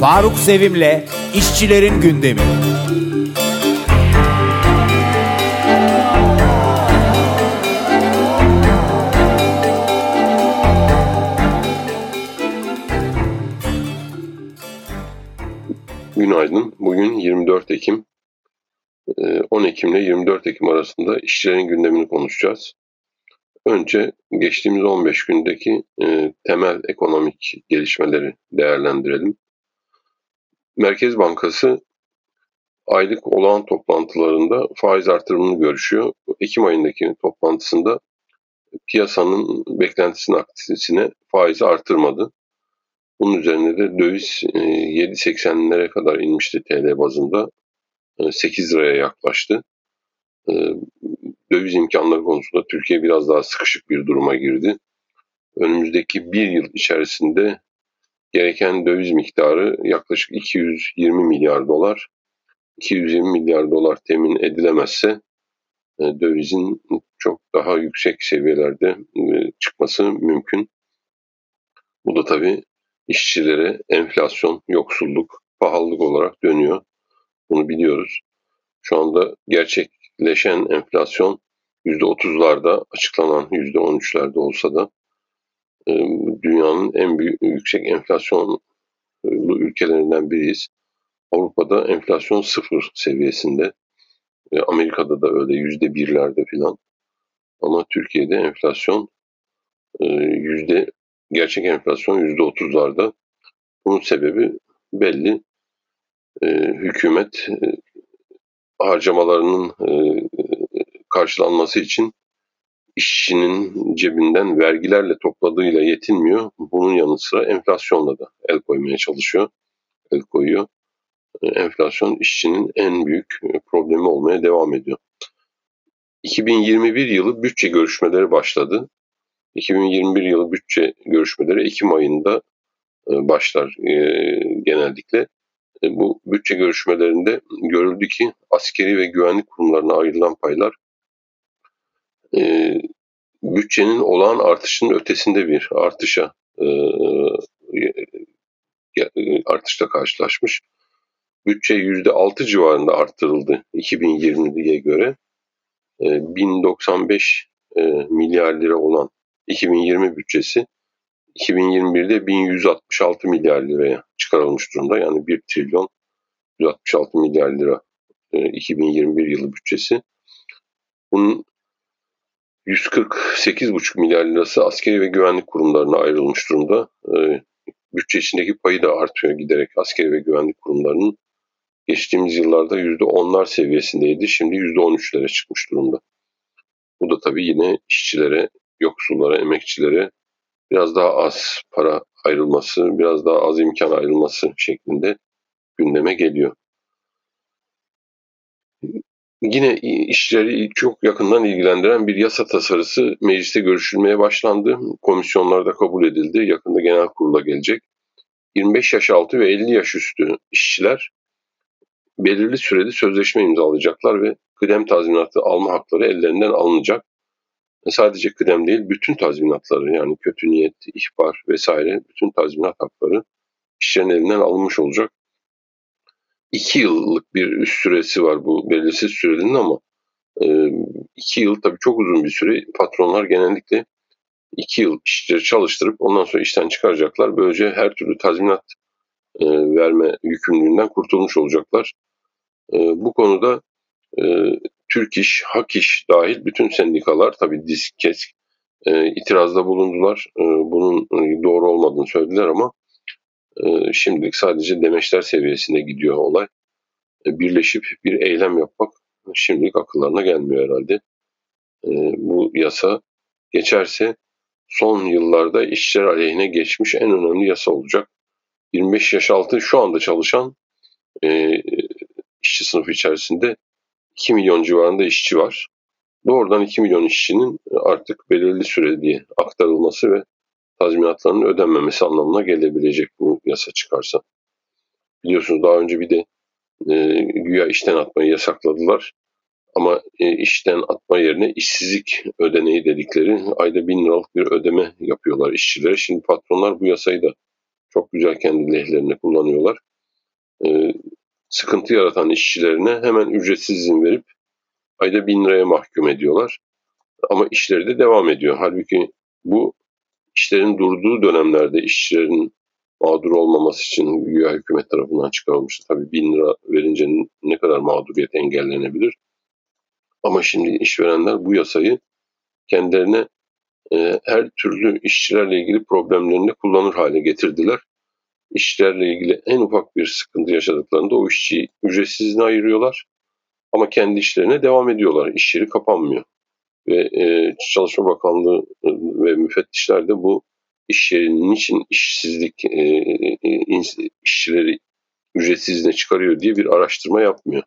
Faruk Sevim'le İşçilerin Gündemi. Günaydın. Bugün 24 Ekim. 10 Ekim ile 24 Ekim arasında işçilerin gündemini konuşacağız. Önce geçtiğimiz 15 gündeki temel ekonomik gelişmeleri değerlendirelim. Merkez Bankası aylık olağan toplantılarında faiz artırımını görüşüyor. Ekim ayındaki toplantısında piyasanın beklentisinin aksine faizi artırmadı. Bunun üzerine de döviz 7.80'lere kadar inmişti TL bazında. 8 liraya yaklaştı. Döviz imkanları konusunda Türkiye biraz daha sıkışık bir duruma girdi. Önümüzdeki bir yıl içerisinde gereken döviz miktarı yaklaşık 220 milyar dolar. 220 milyar dolar temin edilemezse dövizin çok daha yüksek seviyelerde çıkması mümkün. Bu da tabii işçilere enflasyon, yoksulluk, pahalılık olarak dönüyor. Bunu biliyoruz. Şu anda gerçekleşen enflasyon %30'larda, açıklanan %13'lerde olsa da dünyanın en büyük yüksek enflasyonlu ülkelerinden biriyiz. Avrupa'da enflasyon 0 seviyesinde. Amerika'da da öyle %1'lerde filan. Ama Türkiye'de enflasyon gerçek enflasyon %30'larda. Bunun sebebi belli. Hükümet harcamalarının karşılanması için işçinin cebinden vergilerle topladığıyla yetinmiyor. Bunun yanı sıra enflasyonla da el koyuyor. Enflasyon işçinin en büyük problemi olmaya devam ediyor. 2021 yılı bütçe görüşmeleri başladı. 2021 yılı bütçe görüşmeleri Ekim ayında başlar genellikle. Bu bütçe görüşmelerinde görüldü ki askeri ve güvenlik kurumlarına ayrılan paylar bütçenin olağan artışının ötesinde bir artışla karşılaşmış. Bütçe %6 civarında arttırıldı 2020'ye göre. 1095 milyar lira olan 2020 bütçesi 2021'de 1166 milyar liraya çıkarılmış durumda. Yani 1 trilyon 166 milyar lira 2021 yılı bütçesi. Bunun 148,5 milyar lirası askeri ve güvenlik kurumlarına ayrılmış durumda. Bütçe içindeki payı da artıyor giderek askeri ve güvenlik kurumlarının. Geçtiğimiz yıllarda %10'lar seviyesindeydi. Şimdi %13'lere çıkmış durumda. Bu da tabii yine işçilere, yoksullara, emekçilere biraz daha az para ayrılması, biraz daha az imkan ayrılması şeklinde gündeme geliyor. Yine işçileri çok yakından ilgilendiren bir yasa tasarısı mecliste görüşülmeye başlandı. Komisyonlarda kabul edildi. Yakında genel kurula gelecek. 25 yaş altı ve 50 yaş üstü işçiler belirli süreli sözleşme imzalayacaklar ve kıdem tazminatı alma hakları ellerinden alınacak. Sadece kıdem değil, bütün tazminatları yani kötü niyet, ihbar vesaire bütün tazminat hakları işçilerin elinden alınmış olacak. 2 yıllık bir üst süresi var bu belirsiz sürenin ama 2 yıl tabii çok uzun bir süre. Patronlar genellikle 2 yıl işçileri çalıştırıp ondan sonra işten çıkaracaklar. Böylece her türlü tazminat verme yükümlülüğünden kurtulmuş olacaklar. Bu konuda Türk İş, Hak İş dahil bütün sendikalar tabii DİSK, KESK itirazda bulundular. Bunun doğru olmadığını söylediler ama şimdilik sadece demeçler seviyesine gidiyor olay. Birleşip bir eylem yapmak şimdilik akıllarına gelmiyor herhalde. Bu yasa geçerse son yıllarda işçiler aleyhine geçmiş en önemli yasa olacak. 25 yaş altı şu anda çalışan işçi sınıfı içerisinde 2 milyon civarında işçi var. Doğrudan 2 milyon işçinin artık belirli süreliğe aktarılması ve tazminatlarının ödenmemesi anlamına gelebilecek bu yasa çıkarsa. Biliyorsunuz daha önce bir de güya işten atmayı yasakladılar. Ama işten atma yerine işsizlik ödeneği dedikleri ayda 1000 liralık bir ödeme yapıyorlar işçilere. Şimdi patronlar bu yasayı da çok güzel kendi lehlerine kullanıyorlar. sıkıntı yaratan işçilerine hemen ücretsiz izin verip ayda 1.000 liraya mahkum ediyorlar. Ama işleri de devam ediyor. Halbuki bu işlerin durduğu dönemlerde işçilerin mağdur olmaması için güya hükümet tarafından çıkarılmıştı. Tabii 1.000 lira verince ne kadar mağduriyet engellenebilir. Ama şimdi işverenler bu yasayı kendilerine her türlü işçilerle ilgili problemlerinde kullanır hale getirdiler. İşçilerle ilgili en ufak bir sıkıntı yaşadıklarında o işçiyi ücretsiz izne ayırıyorlar. Ama kendi işlerine devam ediyorlar. İş yeri kapanmıyor. Ve Çalışma Bakanlığı ve müfettişler de bu iş yerinin için işçileri ücretsiz izne çıkarıyor diye bir araştırma yapmıyor.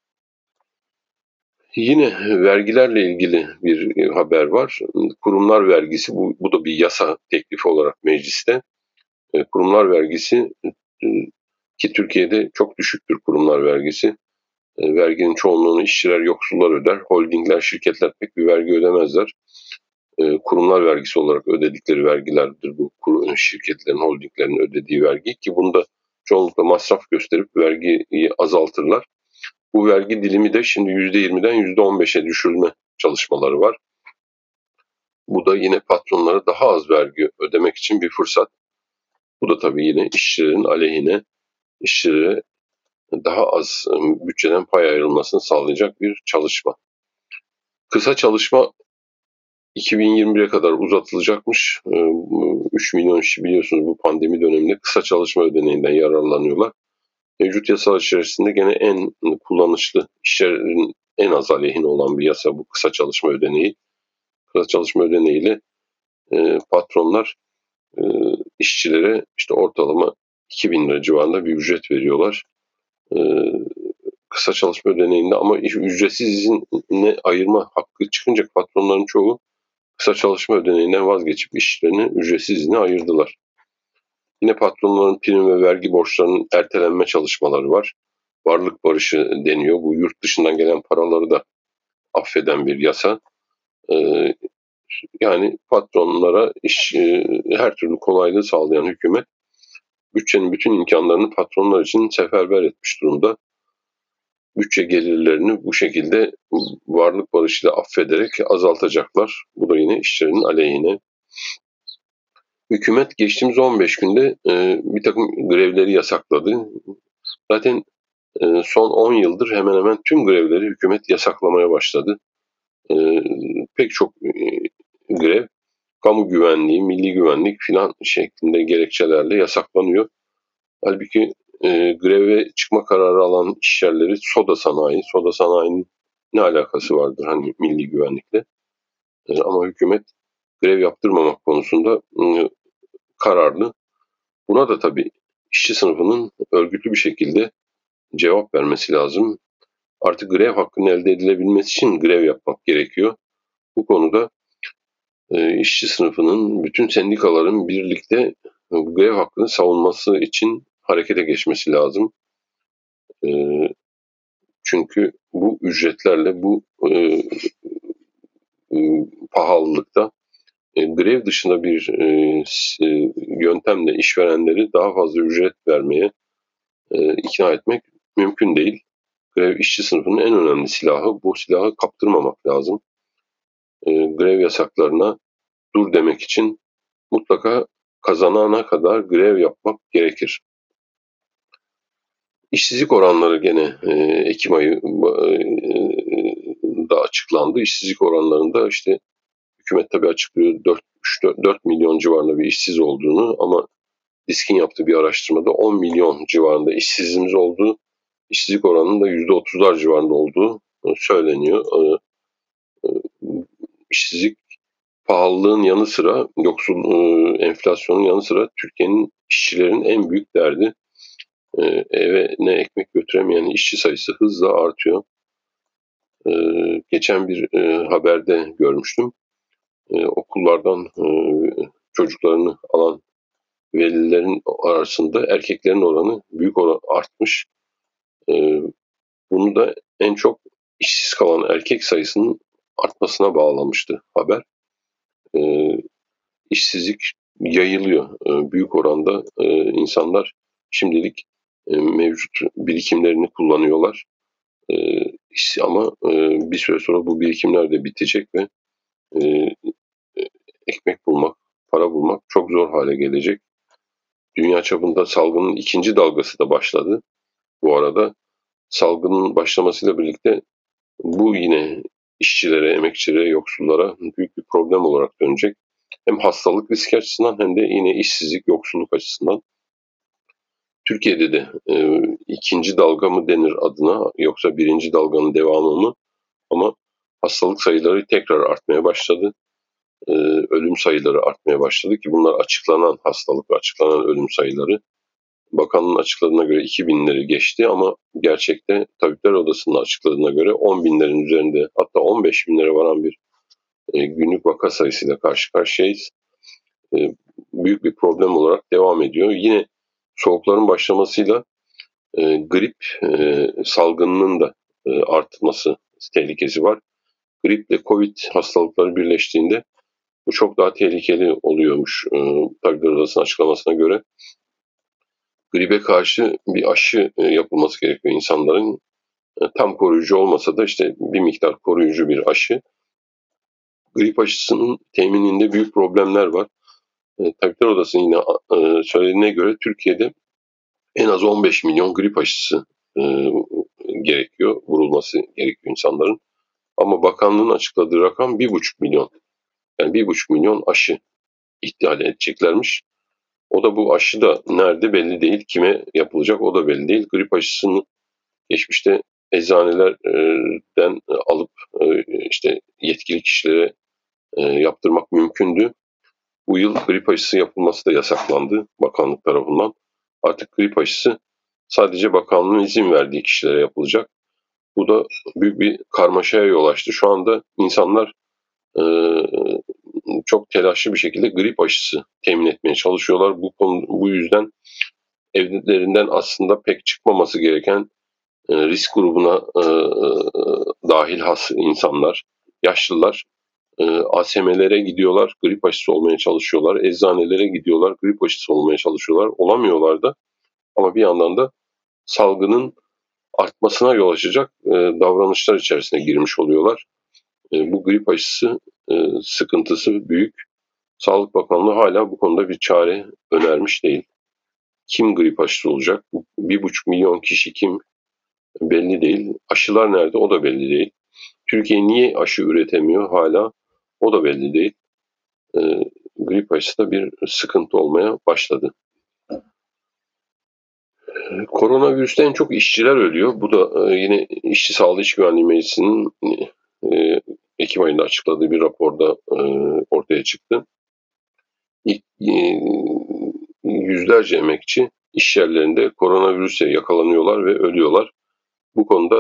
Yine vergilerle ilgili bir haber var. Kurumlar vergisi, bu da bir yasa teklifi olarak mecliste. Kurumlar vergisi ki Türkiye'de çok düşüktür kurumlar vergisi. Verginin çoğunluğunu işçiler, yoksullar öder. Holdingler, şirketler pek bir vergi ödemezler. Kurumlar vergisi olarak ödedikleri vergilerdir bu şirketlerin, holdinglerin ödediği vergi ki bunda çoğunlukla masraf gösterip vergiyi azaltırlar. Bu vergi dilimi de şimdi %20'den %15'e düşürülme çalışmaları var. Bu da yine patronlara daha az vergi ödemek için bir fırsat. Bu da tabii yine işçilerin aleyhine, işçilere daha az bütçeden pay ayrılmasını sağlayacak bir çalışma. Kısa çalışma 2021'e kadar uzatılacakmış. 3 milyon işçi biliyorsunuz bu pandemi döneminde kısa çalışma ödeneğinden yararlanıyorlar. Mevcut yasalar içerisinde gene en kullanışlı, işçilerin en az aleyhine olan bir yasa bu kısa çalışma ödeneği. Kısa çalışma ödeneğiyle patronlar işçilere işte ortalama 2.000 lira civarında bir ücret veriyorlar. Kısa çalışma ödeneğinde ama ücretsiz izine ayırma hakkı çıkınca patronların çoğu kısa çalışma ödeneğinden vazgeçip işçilerini ücretsiz izine ayırdılar. Yine patronların prim ve vergi borçlarının ertelenme çalışmaları var. Varlık barışı deniyor. Bu yurt dışından gelen paraları da affeden bir yasa. Yani patronlara her türlü kolaylığı sağlayan hükümet bütçenin bütün imkanlarını patronlar için seferber etmiş durumda. Bütçe gelirlerini bu şekilde varlık barışıyla affederek azaltacaklar. Bu da yine işçilerin aleyhine. Hükümet geçtiğimiz 15 günde bir takım grevleri yasakladı. Zaten son 10 yıldır hemen hemen tüm grevleri hükümet yasaklamaya başladı. Pek çok grev kamu güvenliği, milli güvenlik filan şeklinde gerekçelerle yasaklanıyor. Halbuki greve çıkma kararı alan işyerleri soda sanayinin ne alakası vardır hani milli güvenlikle? Ama hükümet grev yaptırmamak konusunda kararlı. Buna da tabii işçi sınıfının örgütlü bir şekilde cevap vermesi lazım. Artık grev hakkının elde edilebilmesi için grev yapmak gerekiyor. Bu konuda işçi sınıfının, bütün sendikaların birlikte bu grev hakkını savunması için harekete geçmesi lazım. Çünkü bu ücretlerle, bu pahalılıkta grev dışında bir yöntemle işverenleri daha fazla ücret vermeye ikna etmek mümkün değil. Grev işçi sınıfının en önemli silahı. Bu silahı kaptırmamak lazım. Grev yasaklarına dur demek için mutlaka kazanana kadar grev yapmak gerekir. İşsizlik oranları gene Ekim ayı da açıklandı. İşsizlik oranlarında işte hükümet tabii açıklıyor 4 milyon civarında bir işsiz olduğunu ama Disk'in yaptığı bir araştırmada 10 milyon civarında işsizliğimiz olduğu, işsizlik oranının da %30'lar civarında olduğu söyleniyor. İşsizlik pahalılığın yanı sıra, enflasyonun yanı sıra Türkiye'nin işçilerin en büyük derdi. Eve ne ekmek götüremeyen işçi sayısı hızla artıyor. Geçen bir haberde görmüştüm. Okullardan çocuklarını alan velilerin arasında erkeklerin oranı büyük artmış. Bunu da en çok işsiz kalan erkek sayısının artmasına bağlamıştı haber. İşsizlik yayılıyor. Büyük oranda insanlar şimdilik mevcut birikimlerini kullanıyorlar. Ama bir süre sonra bu birikimler de bitecek ve e, ekmek bulmak, para bulmak çok zor hale gelecek. Dünya çapında salgının ikinci dalgası da başladı. Bu arada salgının başlamasıyla birlikte bu yine işçilere, emekçilere, yoksullara büyük bir problem olarak dönecek. Hem hastalık riski açısından hem de yine işsizlik, yoksulluk açısından. Türkiye'de de ikinci dalga mı denir adına yoksa birinci dalganın devamı mı? Ama hastalık sayıları tekrar artmaya başladı. Ölüm sayıları artmaya başladı ki bunlar açıklanan hastalık ve açıklanan ölüm sayıları. Bakanlığın açıkladığına göre 2000'leri geçti ama gerçekte Tabipler Odası'nın açıkladığına göre 10 binlerin üzerinde hatta 15 binlere varan bir günlük vaka sayısıyla karşı karşıyayız. Büyük bir problem olarak devam ediyor. Yine soğukların başlamasıyla grip salgınının da artması tehlikesi var. Griple Covid hastalıkları birleştiğinde bu çok daha tehlikeli oluyormuş. Tabipler Odası'nın açıklamasına göre gribe karşı bir aşı yapılması gerekiyor insanların. Tam koruyucu olmasa da işte bir miktar koruyucu bir aşı. Grip aşısının temininde büyük problemler var. Tabipler Odası'nın yine söylediğine göre Türkiye'de en az 15 milyon grip aşısı gerekiyor, vurulması gerekiyor insanların. Ama bakanlığın açıkladığı rakam 1,5 milyon. Yani 1,5 milyon aşı ihtiyat edeceklermiş. O da bu aşı da nerede belli değil, kime yapılacak o da belli değil. Grip aşısını geçmişte eczanelerden alıp işte yetkili kişilere yaptırmak mümkündü. Bu yıl grip aşısı yapılması da yasaklandı bakanlık tarafından. Artık grip aşısı sadece bakanlığın izin verdiği kişilere yapılacak. Bu da büyük bir karmaşaya yol açtı. Şu anda insanlar çok telaşlı bir şekilde grip aşısı temin etmeye çalışıyorlar. Bu yüzden evlerinden aslında pek çıkmaması gereken risk grubuna dahil insanlar, yaşlılar ASM'lere gidiyorlar, grip aşısı olmaya çalışıyorlar. Eczanelere gidiyorlar, grip aşısı olmaya çalışıyorlar. Olamıyorlar da ama bir yandan da salgının artmasına yol açacak davranışlar içerisine girmiş oluyorlar. Bu grip aşısı sıkıntısı büyük. Sağlık Bakanlığı hala bu konuda bir çare önermiş değil. Kim grip aşısı olacak? 1,5 milyon kişi kim? Belli değil. Aşılar nerede? O da belli değil. Türkiye niye aşı üretemiyor hala? O da belli değil. Grip aşısı da bir sıkıntı olmaya başladı. Koronavirüsten en çok işçiler ölüyor. Bu da yine İşçi Sağlığı İş Güvenliği Meclisi'nin Ekim ayında açıkladığı bir raporda ortaya çıktı. Yüzlerce emekçi iş yerlerinde koronavirüse yakalanıyorlar ve ölüyorlar. Bu konuda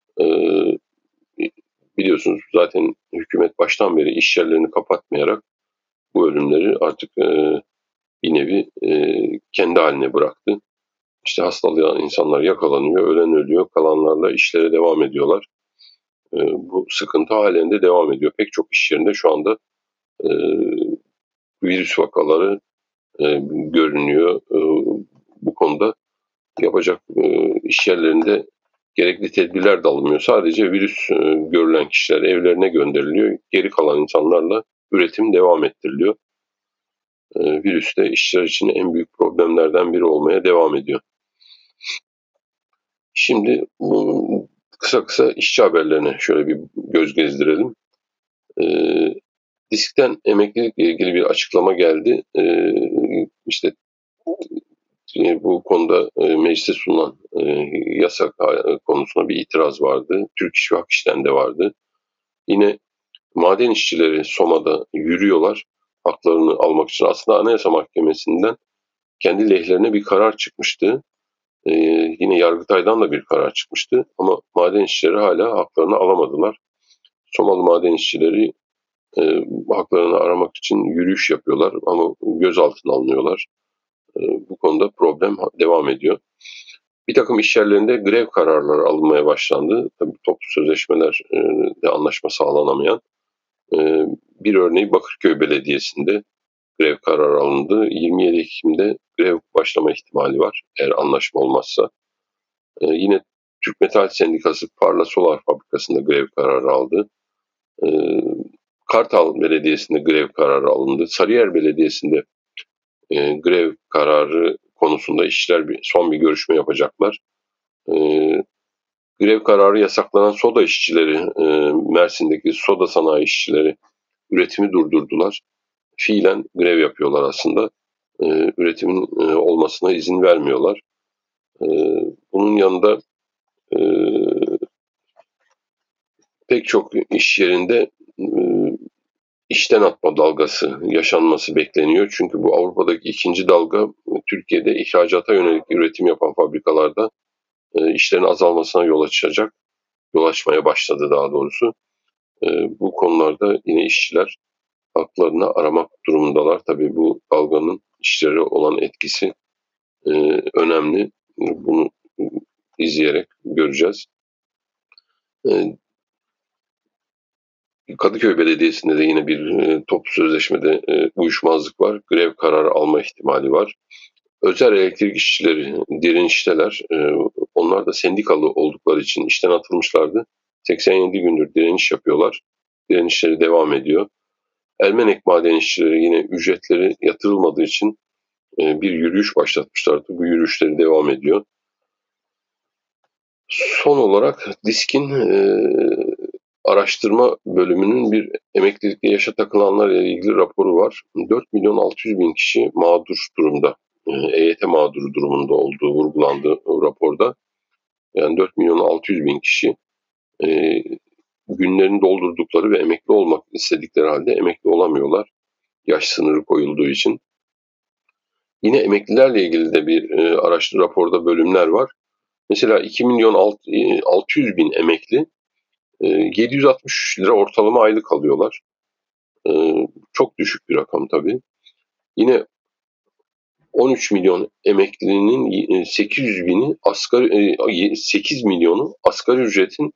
biliyorsunuz zaten hükümet baştan beri iş yerlerini kapatmayarak bu ölümleri artık bir nevi kendi haline bıraktı. İşte hastalanan insanlar yakalanıyor, ölen ölüyor, kalanlarla işlere devam ediyorlar. Bu sıkıntı halen de devam ediyor. Pek çok iş yerinde şu anda virüs vakaları görünüyor. Bu konuda yapacak iş yerlerinde gerekli tedbirler de alınmıyor. Sadece virüs görülen kişiler evlerine gönderiliyor. Geri kalan insanlarla üretim devam ettiriliyor. Virüs de işçiler için en büyük problemlerden biri olmaya devam ediyor. Şimdi kısa kısa işçi haberlerine şöyle bir göz gezdirelim. DİSK'ten emeklilikle ilgili bir açıklama geldi. İşte bu konuda meclise sunulan yasak konusuna bir itiraz vardı. Türk İş ve Hak İş'ten de vardı. Yine maden işçileri Soma'da yürüyorlar haklarını almak için. Aslında Anayasa Mahkemesi'nden kendi lehlerine bir karar çıkmıştı. Yine Yargıtay'dan da bir karar çıkmıştı ama maden işçileri hala haklarını alamadılar. Somalı maden işçileri haklarını aramak için yürüyüş yapıyorlar ama gözaltına alınıyorlar. Bu konuda problem devam ediyor. Bir takım iş yerlerinde grev kararları alınmaya başlandı. Tabii toplu sözleşmelerde anlaşma sağlanamayan. Bir örneği Bakırköy Belediyesi'nde grev kararı alındı. 27 Ekim'de grev başlama ihtimali var eğer anlaşma olmazsa. Yine Türk Metal Sendikası Parla Solar Fabrikası'nda grev kararı aldı. Kartal Belediyesi'nde grev kararı alındı. Sarıyer Belediyesi'nde grev kararı konusunda işçiler son bir görüşme yapacaklar. Grev kararı yasaklanan soda işçileri, Mersin'deki soda sanayi işçileri üretimi durdurdular. Fiilen grev yapıyorlar aslında. Üretimin olmasına izin vermiyorlar. Bunun yanında pek çok iş yerinde işten atma dalgası yaşanması bekleniyor. Çünkü bu Avrupa'daki ikinci dalga Türkiye'de ihracata yönelik üretim yapan fabrikalarda işlerin azalmasına yol açacak. Yol açmaya başladı daha doğrusu. Bu konularda yine işçiler haklarını aramak durumundalar. Tabii bu dalganın işçilere olan etkisi önemli. Bunu izleyerek göreceğiz. Kadıköy Belediyesi'nde de yine bir toplu sözleşmede uyuşmazlık var. Grev kararı alma ihtimali var. Özel elektrik işçileri direnişteler. Onlar da sendikalı oldukları için işten atılmışlardı. 87 gündür direniş yapıyorlar. Direnişleri devam ediyor. Ermenek maden işçileri yine ücretleri yatırılmadığı için bir yürüyüş başlatmışlardı. Bu yürüyüşleri devam ediyor. Son olarak DİSK'in araştırma bölümünün bir emeklilikte yaşa takılanlarla ilgili raporu var. 4 milyon 600 bin kişi mağdur durumda. EYT mağduru durumunda olduğu vurgulandı raporda. Yani 4 milyon 600 bin kişi günlerini doldurdukları ve emekli olmak istedikleri halde emekli olamıyorlar. Yaş sınırı koyulduğu için. Yine emeklilerle ilgili de bir araştırma raporda bölümler var. Mesela 2 milyon 600 bin emekli 760 lira ortalama aylık alıyorlar. Çok düşük bir rakam tabii. Yine 13 milyon emeklinin 800 bini 8 milyonu asgari ücretin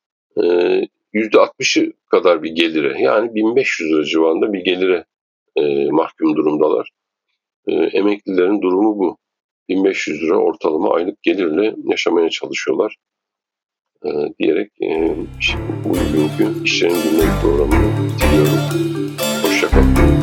%60'ı kadar bir gelire, yani 1500 lira civarında bir gelire mahkum durumdalar. Emeklilerin durumu bu. 1500 lira ortalama aylık gelirle yaşamaya çalışıyorlar. Diyerek bugünkü işlerin günlük programını bitiriyorum. Hoşça kalın.